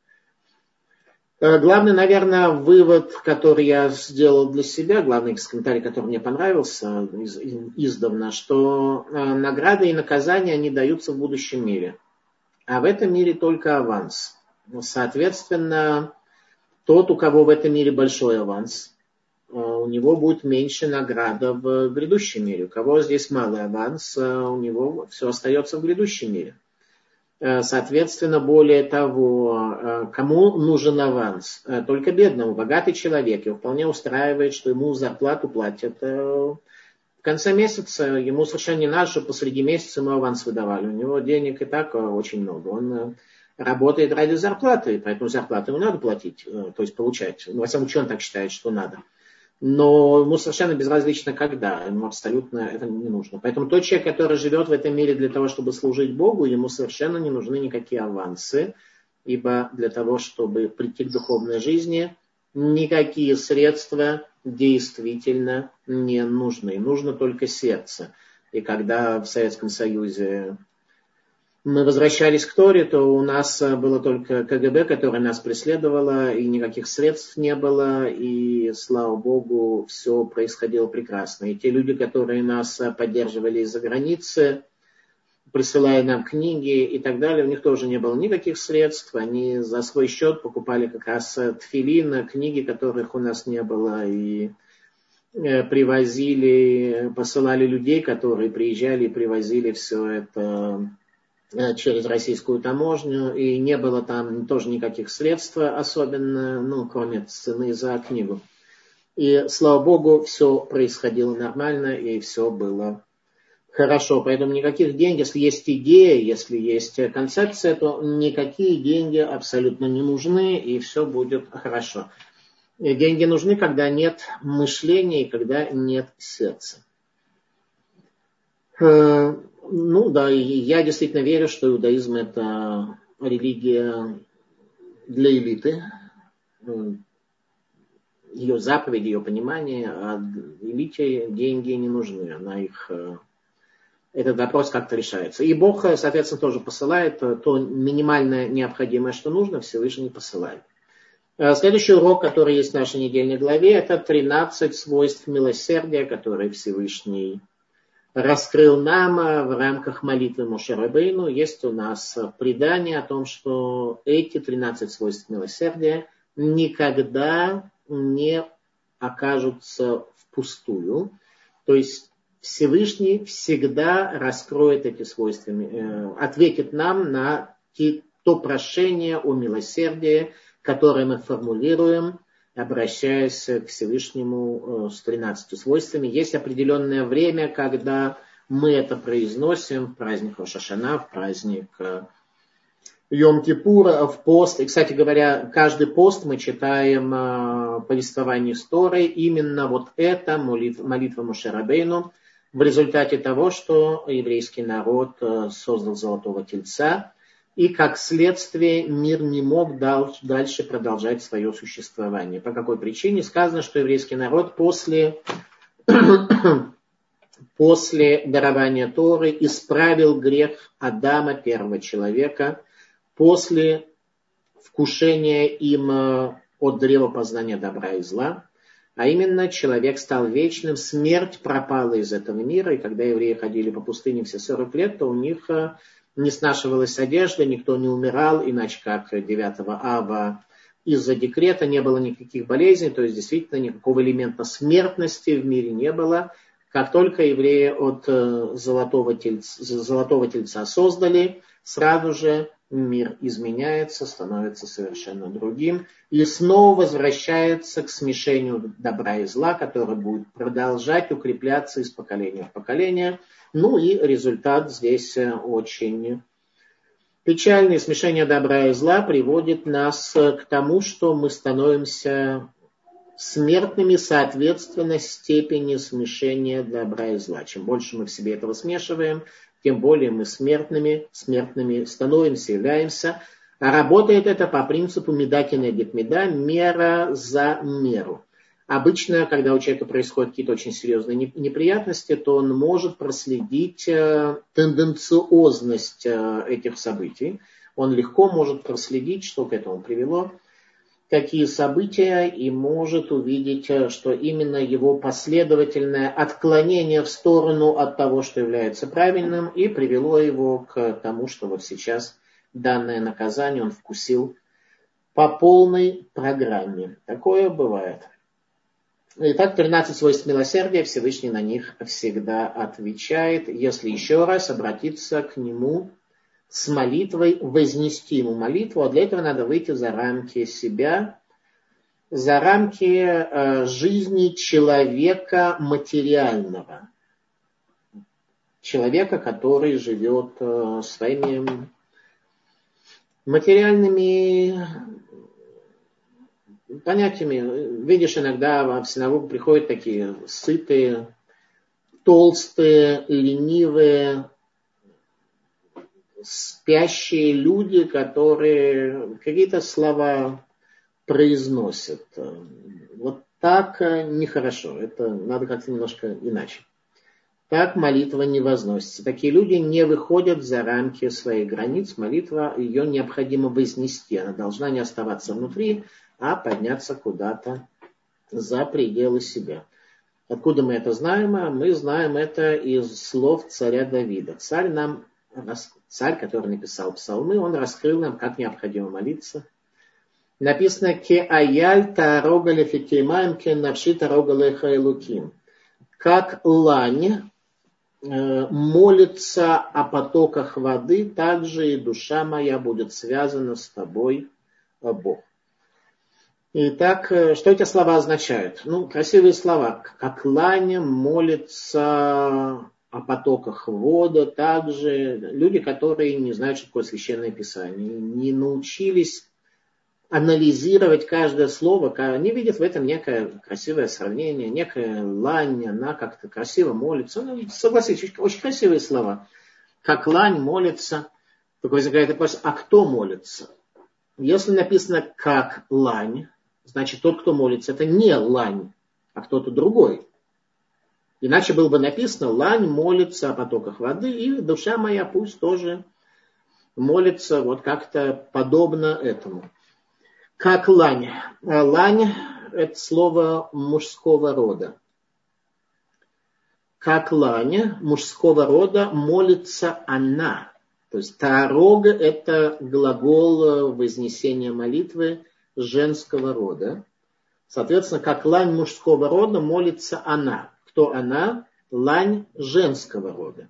Главный, наверное, вывод, который я сделал для себя, главный комментарий, который мне понравился издавна, что награды и наказания, они даются в будущем мире. А в этом мире только аванс. Соответственно, тот, у кого в этом мире большой аванс, у него будет меньше награда в грядущем мире. У кого здесь малый аванс, у него все остается в грядущем мире. Соответственно, более того, кому нужен аванс? Только бедному. Богатый человек, его вполне устраивает, что ему зарплату платят в конце месяца. Ему совершенно не надо, чтобы посреди месяца ему аванс выдавали. У него денег и так очень много. Он работает ради зарплаты, поэтому зарплату ему надо платить, то есть получать. Ну, во всяком случае, он так считает, что надо. Но ему совершенно безразлично, когда. Ему абсолютно это не нужно. Поэтому тот человек, который живет в этом мире для того, чтобы служить Богу, ему совершенно не нужны никакие авансы. Ибо для того, чтобы прийти к духовной жизни, никакие средства действительно не нужны. Нужно только сердце. И когда в Советском Союзе мы возвращались к Торе, то у нас было только КГБ, которое нас преследовало, и никаких средств не было, и, слава Богу, все происходило прекрасно. И те люди, которые нас поддерживали из-за границы, присылая нам книги и так далее, у них тоже не было никаких средств, они за свой счет покупали как раз тфилин, книги, которых у нас не было, и привозили, посылали людей, которые приезжали и привозили все это через российскую таможню, и не было там тоже никаких средств особенно, кроме цены за книгу. И, слава Богу, все происходило нормально, и все было хорошо. Поэтому никаких денег, если есть идея, если есть концепция, то никакие деньги абсолютно не нужны, и все будет хорошо. И деньги нужны, когда нет мышления и когда нет сердца. И я действительно верю, что иудаизм это религия для элиты. Ее заповеди, ее понимание, а элите деньги не нужны. Этот вопрос как-то решается. И Бог, соответственно, тоже посылает то минимальное необходимое, что нужно, Всевышний посылает. Следующий урок, который есть в нашей недельной главе, это 13 свойств милосердия, которые Всевышний раскрыл нам в рамках молитвы Моше Рабейну. Есть у нас предание о том, что эти 13 свойств милосердия никогда не окажутся впустую. То есть Всевышний всегда раскроет эти свойства, ответит нам на то прошение о милосердии, которое мы формулируем, обращаясь к Всевышнему с 13 свойствами. Есть определенное время, когда мы это произносим в праздник Рош ха-Шана, в праздник Йом-Кипура, в пост. И, кстати говоря, каждый пост мы читаем повествование с Торой. Именно вот это молитва Моше Рабейну в результате того, что еврейский народ создал золотого тельца. И, как следствие, мир не мог дальше продолжать свое существование. По какой причине? Сказано, что еврейский народ после дарования Торы исправил грех Адама, первого человека, после вкушения им от древа познания добра и зла. А именно, человек стал вечным, смерть пропала из этого мира. И когда евреи ходили по пустыне все 40 лет, то у них не снашивалась одежда, никто не умирал, иначе как 9 ава из-за декрета не было никаких болезней, то есть действительно никакого элемента смертности в мире не было. Как только евреи от золотого тельца создали, сразу же мир изменяется, становится совершенно другим и снова возвращается к смешению добра и зла, которое будет продолжать укрепляться из поколения в поколение. Ну и результат здесь очень печальный. Смешение добра и зла приводит нас к тому, что мы становимся смертными соответственно степени смешения добра и зла. Чем больше мы в себе этого смешиваем, тем более мы смертными становимся, являемся. А работает это по принципу меда кенегет меда, мера за меру. Обычно, когда у человека происходят какие-то очень серьезные неприятности, то он может проследить тенденциозность этих событий. Он легко может проследить, что к этому привело, какие события, и может увидеть, что именно его последовательное отклонение в сторону от того, что является правильным, и привело его к тому, что вот сейчас данное наказание он вкусил по полной программе. Такое бывает. Итак, 13 свойств милосердия, Всевышний на них всегда отвечает, если еще раз обратиться к нему с молитвой, вознести ему молитву, а для этого надо выйти за рамки себя, за рамки жизни человека материального, человека, который живет своими материальными понятиями. Видишь, иногда в синагогу приходят такие сытые, толстые, ленивые, спящие люди, которые какие-то слова произносят. Вот так нехорошо. Это надо как-то немножко иначе. Так молитва не возносится. Такие люди не выходят за рамки своих границ. Молитва, ее необходимо вознести. Она должна не оставаться внутри, а подняться куда-то за пределы себя. Откуда мы это знаем? Мы знаем это из слов царя Давида. Царь, который написал псалмы, он раскрыл нам, как необходимо молиться. Написано «Ке аяль таарога лефикеймаем ке навши таарога леха элуким». Как лань молится о потоках воды, так же и душа моя будет связана с тобой, Бог. Итак, что эти слова означают? Красивые слова. Как лань молится о потоках воды, также люди, которые не знают, что такое священное писание, не научились анализировать каждое слово, они видят в этом некое красивое сравнение, некая лань, она как-то красиво молится. Согласитесь, очень красивые слова. Как лань молится, только возникает вопрос, а кто молится? Если написано как лань, значит тот, кто молится, это не лань, а кто-то другой. Иначе было бы написано, лань молится о потоках воды, и душа моя пусть тоже молится вот как-то подобно этому. Как лань. Лань – это слово мужского рода. Как лань мужского рода молится она. То есть таарога – это глагол вознесения молитвы женского рода. Соответственно, как лань мужского рода молится она. Кто она? Лань женского рода.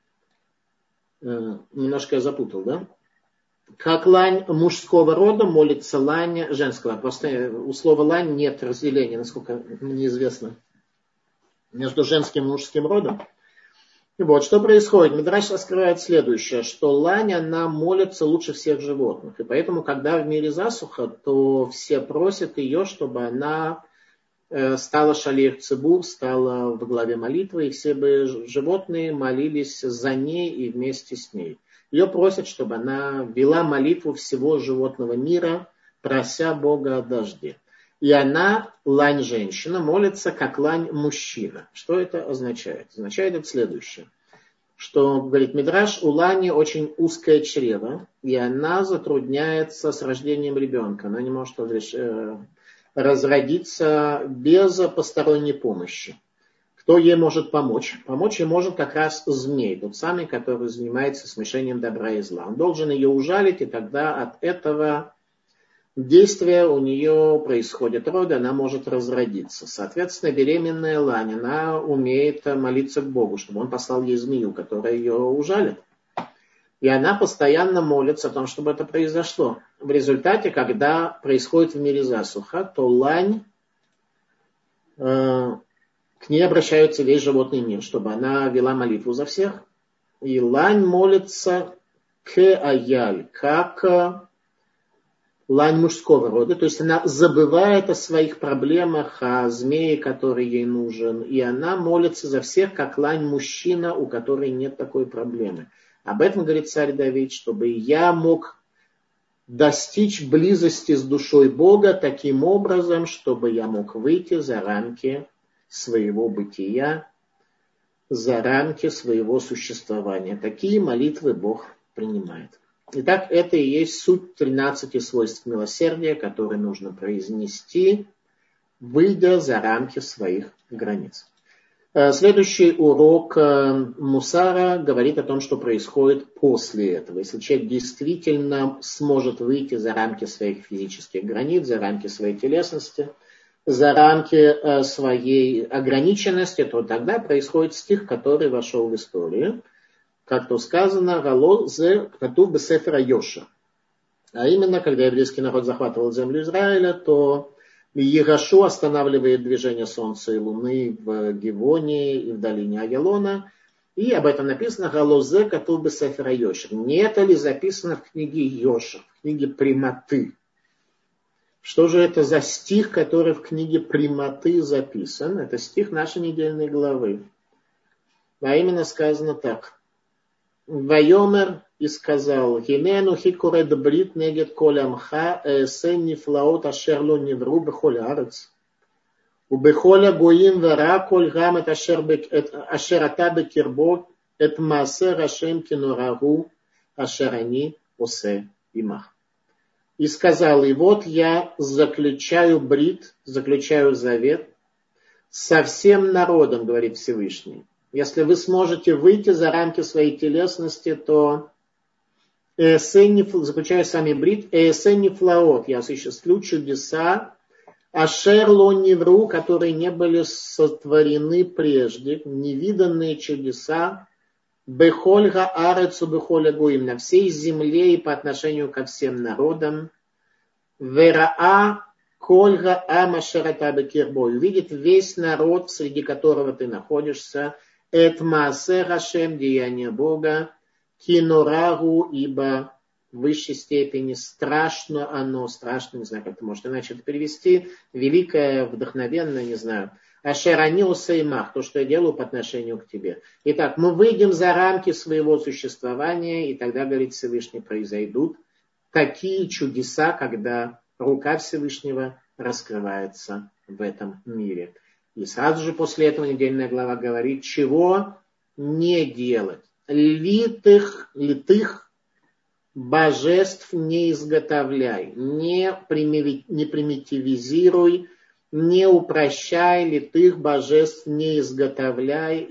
Немножко я запутал, да? Как лань мужского рода молится лань женского. Просто у слова лань нет разделения, насколько мне известно, между женским и мужским родом. И вот что происходит. Мидраш раскрывает следующее, что лань, она молится лучше всех животных. И поэтому, когда в мире засуха, то все просят ее, чтобы она стала шалех цибур, стала во главе молитвы, и все бы животные молились за ней и вместе с ней. Ее просят, чтобы она вела молитву всего животного мира, прося Бога о дожде. И она, лань женщина, молится, как лань мужчина. Что это означает? Означает это следующее. Что, говорит Мидраш, у лани очень узкое чрево, и она затрудняется с рождением ребенка. Она не может разродиться без посторонней помощи. Кто ей может помочь? Помочь ей может как раз змей, тот самый, который занимается смешением добра и зла. Он должен ее ужалить, и тогда от этого действие у нее происходит роды, она может разродиться. Соответственно, беременная лань, она умеет молиться к Богу, чтобы он послал ей змею, которая ее ужалит. И она постоянно молится о том, чтобы это произошло. В результате, когда происходит в мире засуха, то лань, к ней обращается весь животный мир, чтобы она вела молитву за всех. И лань молится к аяль, как лань мужского рода. То есть она забывает о своих проблемах, о змее, который ей нужен. И она молится за всех, как лань мужчина, у которой нет такой проблемы. Об этом говорит царь Давид, чтобы я мог достичь близости с душой Бога таким образом, чтобы я мог выйти за рамки своего бытия, за рамки своего существования. Такие молитвы Бог принимает. Итак, это и есть суть 13 свойств милосердия, которые нужно произнести, выйдя за рамки своих границ. Следующий урок Мусара говорит о том, что происходит после этого. Если человек действительно сможет выйти за рамки своих физических границ, за рамки своей телесности, за рамки своей ограниченности, то тогда происходит стих, который вошел в историю. Как то сказано, «Гало зе катув бесефер Йоша». А именно, когда еврейский народ захватывал землю Израиля, то Егошу останавливает движение солнца и луны в Гивоне и в долине Авилона. И об этом написано «Гало зе катув бесефер Йоша». Не это ли записано в книге Йоша, в книге прямоты? Что же это за стих, который в книге прямоты записан? Это стих нашей недельной главы. А именно сказано так. Вайомер и сказал, «Хинену хикуред брит негет колямха, эсен нифлаот ашерлу невру бехоль арец. Убехоля гоим вера коль гам эт ашерата бекирбо, эт маасе рашем кинорагу ашерани осе имах». И сказал, и вот я заключаю брит, заключаю завет со всем народом, говорит Всевышний. Если вы сможете выйти за рамки своей телесности, то заключаю сами брит, флаот, я осуществлю чудеса, ашер ло невру, которые не были сотворены прежде, невиданные чудеса, бехольга арецу бехоля гуим, на всей земле и по отношению ко всем народам, вераа кольга амашерата бекирбо, увидит весь народ, среди которого ты находишься, эт маасе рашем, деяние Бога, кинорагу, ибо в высшей степени страшно оно, страшно, не знаю, как это может иначе это перевести, великое, вдохновенное, не знаю, ашерани осеймах, то, что я делаю по отношению к тебе. Итак, мы выйдем за рамки своего существования, и тогда, говорит Всевышний, произойдут такие чудеса, когда рука Всевышнего раскрывается в этом мире. И сразу же после этого недельная глава говорит, чего не делать. Литых божеств не изготовляй, не примитивизируй, не упрощай, литых божеств не изготовляй.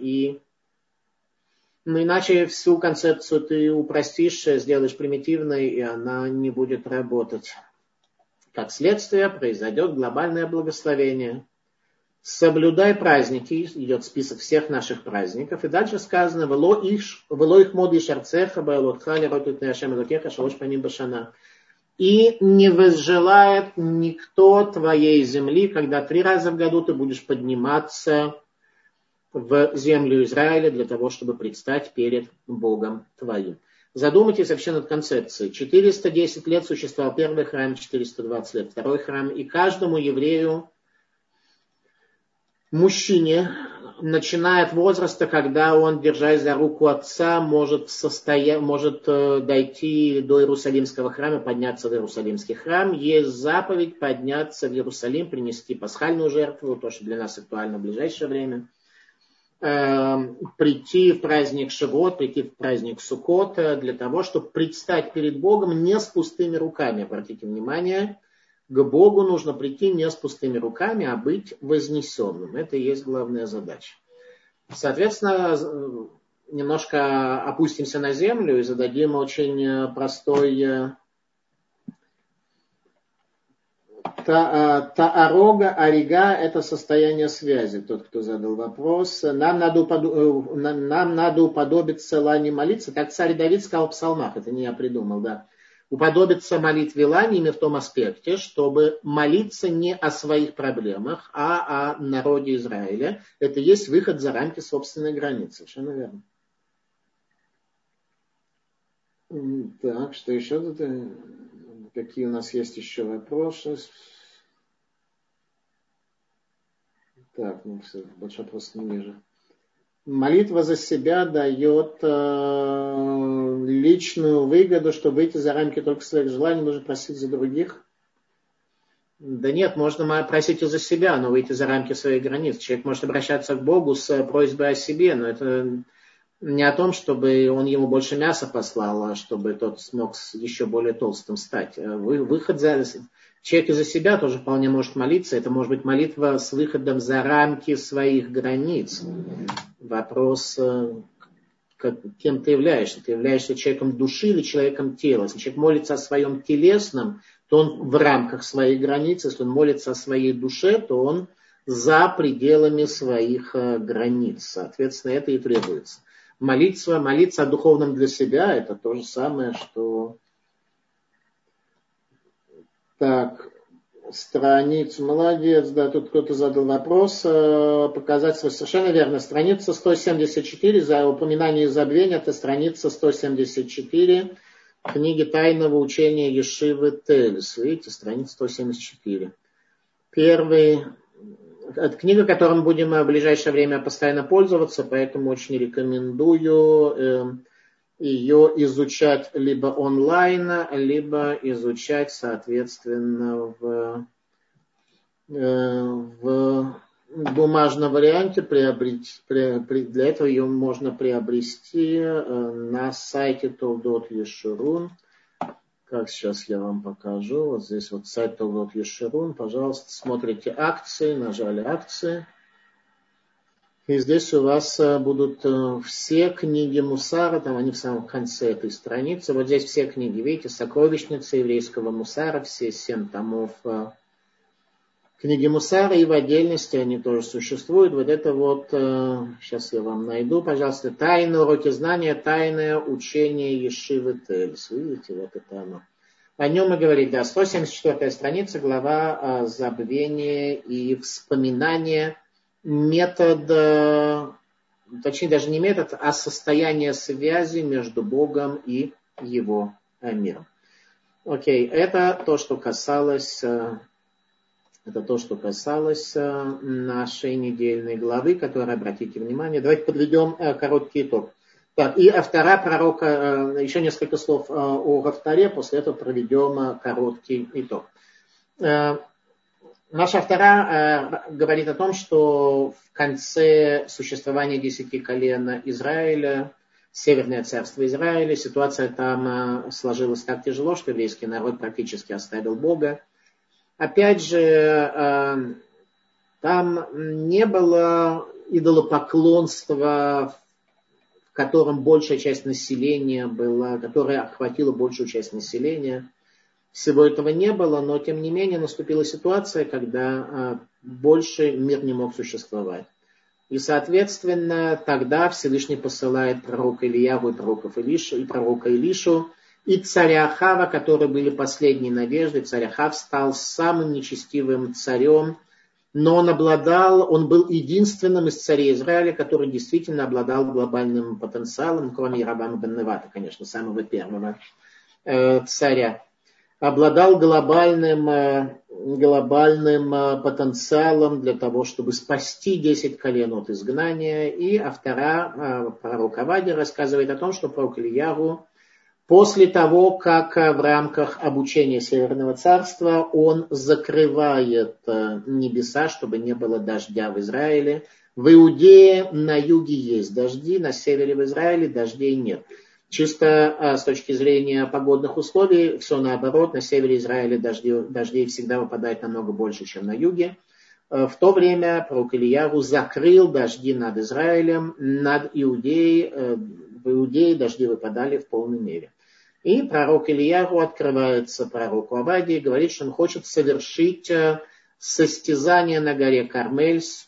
Иначе всю концепцию ты упростишь, сделаешь примитивной, и она не будет работать. Как следствие произойдет глобальное благословение. Соблюдай праздники, идет список всех наших праздников, и дальше сказано, «Вело их моди шарцеха, баэлотха, леротут неашем элокеха, шалош паним башана». И не возжелает никто твоей земли, когда 3 раза в году ты будешь подниматься в землю Израиля для того, чтобы предстать перед Богом твоим. Задумайтесь вообще над концепцией. 410 лет существовал первый храм, 420 лет второй храм, и каждому еврею, мужчине, начиная от возраста, когда он, держась за руку отца, может дойти до Иерусалимского храма, подняться в Иерусалимский храм. Есть заповедь подняться в Иерусалим, принести пасхальную жертву, то, что для нас актуально в ближайшее время. Прийти в праздник Шивот, прийти в праздник Суккот, для того, чтобы предстать перед Богом не с пустыми руками. Обратите внимание, к Богу нужно прийти не с пустыми руками, а быть вознесенным. Это и есть главная задача. Соответственно, немножко опустимся на землю и зададим очень простой Таарога, арига – это состояние связи, тот, кто задал вопрос. Нам надо уподобиться Лане молиться. Так царь Давид сказал в псалмах, это не я придумал, да. Уподобиться молитве Лане именно в том аспекте, чтобы молиться не о своих проблемах, а о народе Израиля. Это есть выход за рамки собственной границы. Совершенно верно. Так, что еще тут? Какие у нас есть еще вопросы? Так, ну все, больше вопросов не вижу. Молитва за себя дает личную выгоду, чтобы выйти за рамки только своих желаний, нужно просить за других. Да нет, можно просить и за себя, но выйти за рамки своих границ. Человек может обращаться к Богу с просьбой о себе, но это не о том, чтобы он ему больше мяса послал, а чтобы тот смог еще более толстым стать. Человек и за себя тоже вполне может молиться. Это может быть молитва с выходом за рамки своих границ. Вопрос, кем ты являешься? Ты являешься человеком души или человеком тела? Если человек молится о своем телесном, то он в рамках своей границы. Если он молится о своей душе, то он за пределами своих границ. Соответственно, это и требуется. Молиться о духовном для себя, это то же самое, что... Так, страницу, молодец, да, тут кто-то задал вопрос, показать свой, совершенно верно, страница 174, за упоминание и забвение, это страница 174, книги тайного учения Ешивы Тельс, видите, страница 174. Это книга, которой мы будем в ближайшее время постоянно пользоваться, поэтому очень рекомендую ее изучать либо онлайн, либо изучать, соответственно, в бумажном варианте. Для этого ее можно приобрести на сайте Толдот Ешурун. Как сейчас я вам покажу. Вот здесь вот сайт Толдот Ешурун. Пожалуйста, смотрите акции, нажали акции. И здесь у вас будут все книги Мусара, там они в самом конце этой страницы. Вот здесь все книги, видите, сокровищница еврейского Мусара, все 7 томов книги Мусара, и в отдельности они тоже существуют. Вот это вот, сейчас я вам найду, пожалуйста, тайные уроки знания, тайное учение Ешивы Тельс. Видите, вот это оно. О нем мы говорили, да, 174 страница, глава забвения и вспоминания. Метод, точнее даже не метод, а состояние связи между Богом и его миром. Окей, это то, что касалось нашей недельной главы, которая, обратите внимание, давайте подведем короткий итог. Так, и автора пророка, еще несколько слов о авторе, после этого проведем короткий итог. Наша автора говорит о том, что в конце существования 10 колен Израиля, Северное царство Израиля, ситуация там сложилась так тяжело, что еврейский народ практически оставил Бога. Опять же, там не было идолопоклонства, в котором большая часть населения была, которая охватила большую часть населения. Всего этого не было, но тем не менее наступила ситуация, когда больше мир не мог существовать. И, соответственно, тогда Всевышний посылает пророка Ильяву и пророка Илишу, и царя Ахава, которые были последней надеждой. Царь Ахав стал самым нечестивым царем, но он был единственным из царей Израиля, который действительно обладал глобальным потенциалом, кроме Яровама бен Невата, конечно, самого первого царя. Обладал глобальным потенциалом для того, чтобы спасти 10 колен от изгнания. И автора пророк Авадия рассказывает о том, что пророк Ильяву, после того, как в рамках обучения Северного царства он закрывает небеса, чтобы не было дождя в Израиле. В Иудее на юге есть дожди, на севере в Израиле дождей нет. Чисто с точки зрения погодных условий, все наоборот, на севере Израиля дождей всегда выпадает намного больше, чем на юге. В то время пророк Ильяву закрыл дожди над Израилем, над Иудеей. В Иудее дожди выпадали в полной мере. И пророк Ильягу открывается пророку Авадии и говорит, что он хочет совершить состязание на горе Кармель с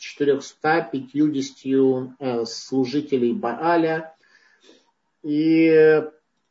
450 служителей Бааля. И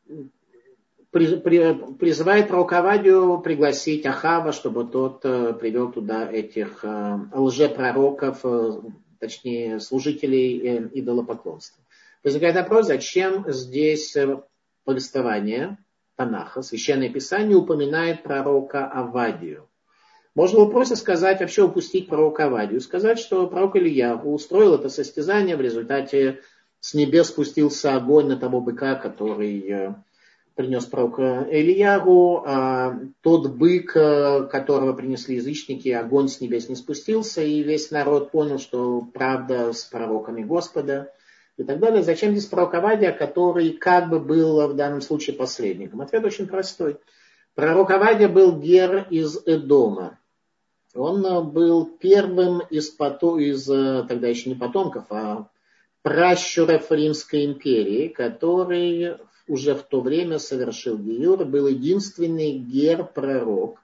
призывает пророка Авадию пригласить Ахава, чтобы тот привел туда этих лжепророков, точнее служителей идолопоклонства. Возникает вопрос, зачем здесь повествование Танаха, Священное Писание упоминает пророка Авадию. Можно было просто сказать, вообще упустить пророка Авадию, сказать, что пророк Ильягу устроил это состязание, в результате с небес спустился огонь на того быка, который принес пророк Ильягу, а тот бык, которого принесли язычники, огонь с небес не спустился, и весь народ понял, что правда с пророками Господа и так далее. Зачем здесь пророк Авадия, который как бы был в данном случае посредником? Ответ очень простой. Пророк Авадия был гер из Эдома. Он был первым из тогда еще не потомков, а пращуров Римской империи, который уже в то время совершил гиюр, был единственный гер-пророк.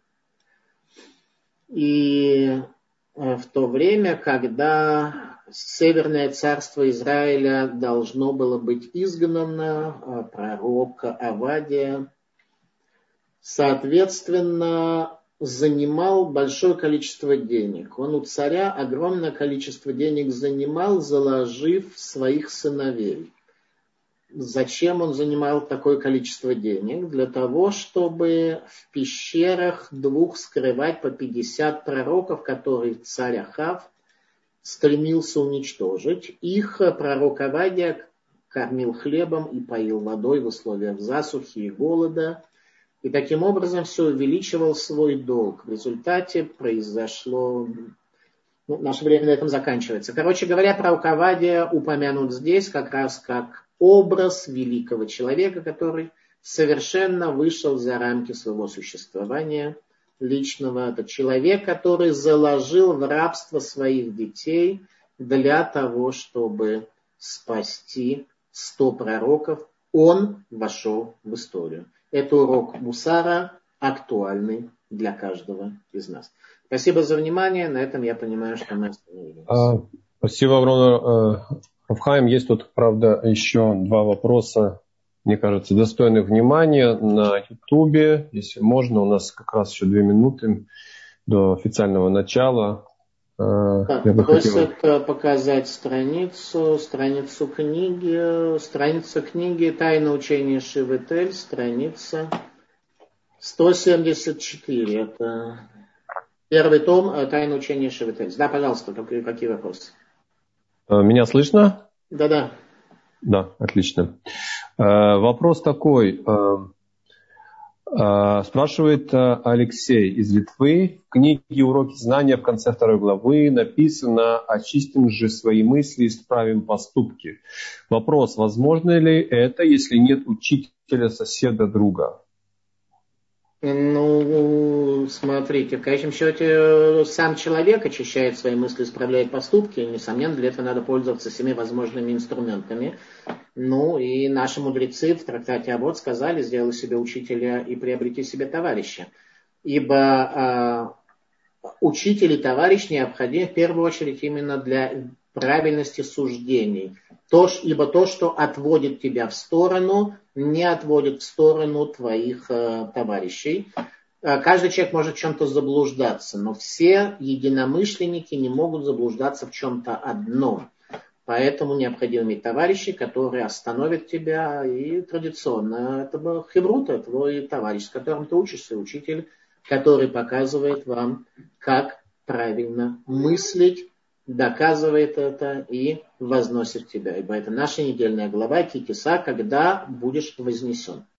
И в то время, когда Северное царство Израиля должно было быть изгнано, пророк Авадия, соответственно, занимал большое количество денег. Он у царя огромное количество денег занимал, заложив своих сыновей. Зачем он занимал такое количество денег? Для того, чтобы в пещерах двух скрывать по 50 пророков, которые царь Ахав стремился уничтожить. Их пророк Авадия кормил хлебом и поил водой в условиях засухи и голода. И таким образом все увеличивал свой долг. В результате произошло... наше время на этом заканчивается. Короче говоря, пророк Авадия упомянут здесь как раз как образ великого человека, который совершенно вышел за рамки своего существования личного. Это человек, который заложил в рабство своих детей для того, чтобы спасти 100 пророков. Он вошел в историю. Это урок мусара, актуальный для каждого из нас. Спасибо за внимание. На этом я понимаю, что мы остановились. Спасибо огромное, Рав Хаим. Есть тут, правда, еще 2 вопроса, мне кажется, достойных внимания на Ютубе. Если можно, у нас как раз еще 2 минуты до официального начала. Просят показать страницу книги, страница книги «Тайна учения Шивы Тель», страница 174. Это первый том «Тайна учения Шивы Тель». Да, пожалуйста, какие вопросы? Меня слышно? Да. Да, отлично. Вопрос такой. Спрашивает Алексей из Литвы. В книге «Уроки знания» в конце 2 главы написано: «Очистим же свои мысли и исправим поступки». Вопрос: возможно ли это, если нет учителя, соседа, друга? Смотрите, в конечном счете сам человек очищает свои мысли, исправляет поступки. Несомненно, для этого надо пользоваться всеми возможными инструментами. И наши мудрецы в трактате Авот сказали: сделай себе учителя и приобрети себе товарища. Ибо учитель и товарищ необходим в первую очередь именно для правильности суждений. Ибо то, что отводит тебя в сторону, не отводит в сторону твоих товарищей. Каждый человек может в чем-то заблуждаться, но все единомышленники не могут заблуждаться в чем-то одном. Поэтому необходимо иметь товарищей, которые остановят тебя. И традиционно это был хеврута, твой товарищ, с которым ты учишься, учитель, который показывает вам, как правильно мыслить, доказывает это и возносит тебя. Ибо это наша недельная глава Ки Тиса, когда будешь вознесен.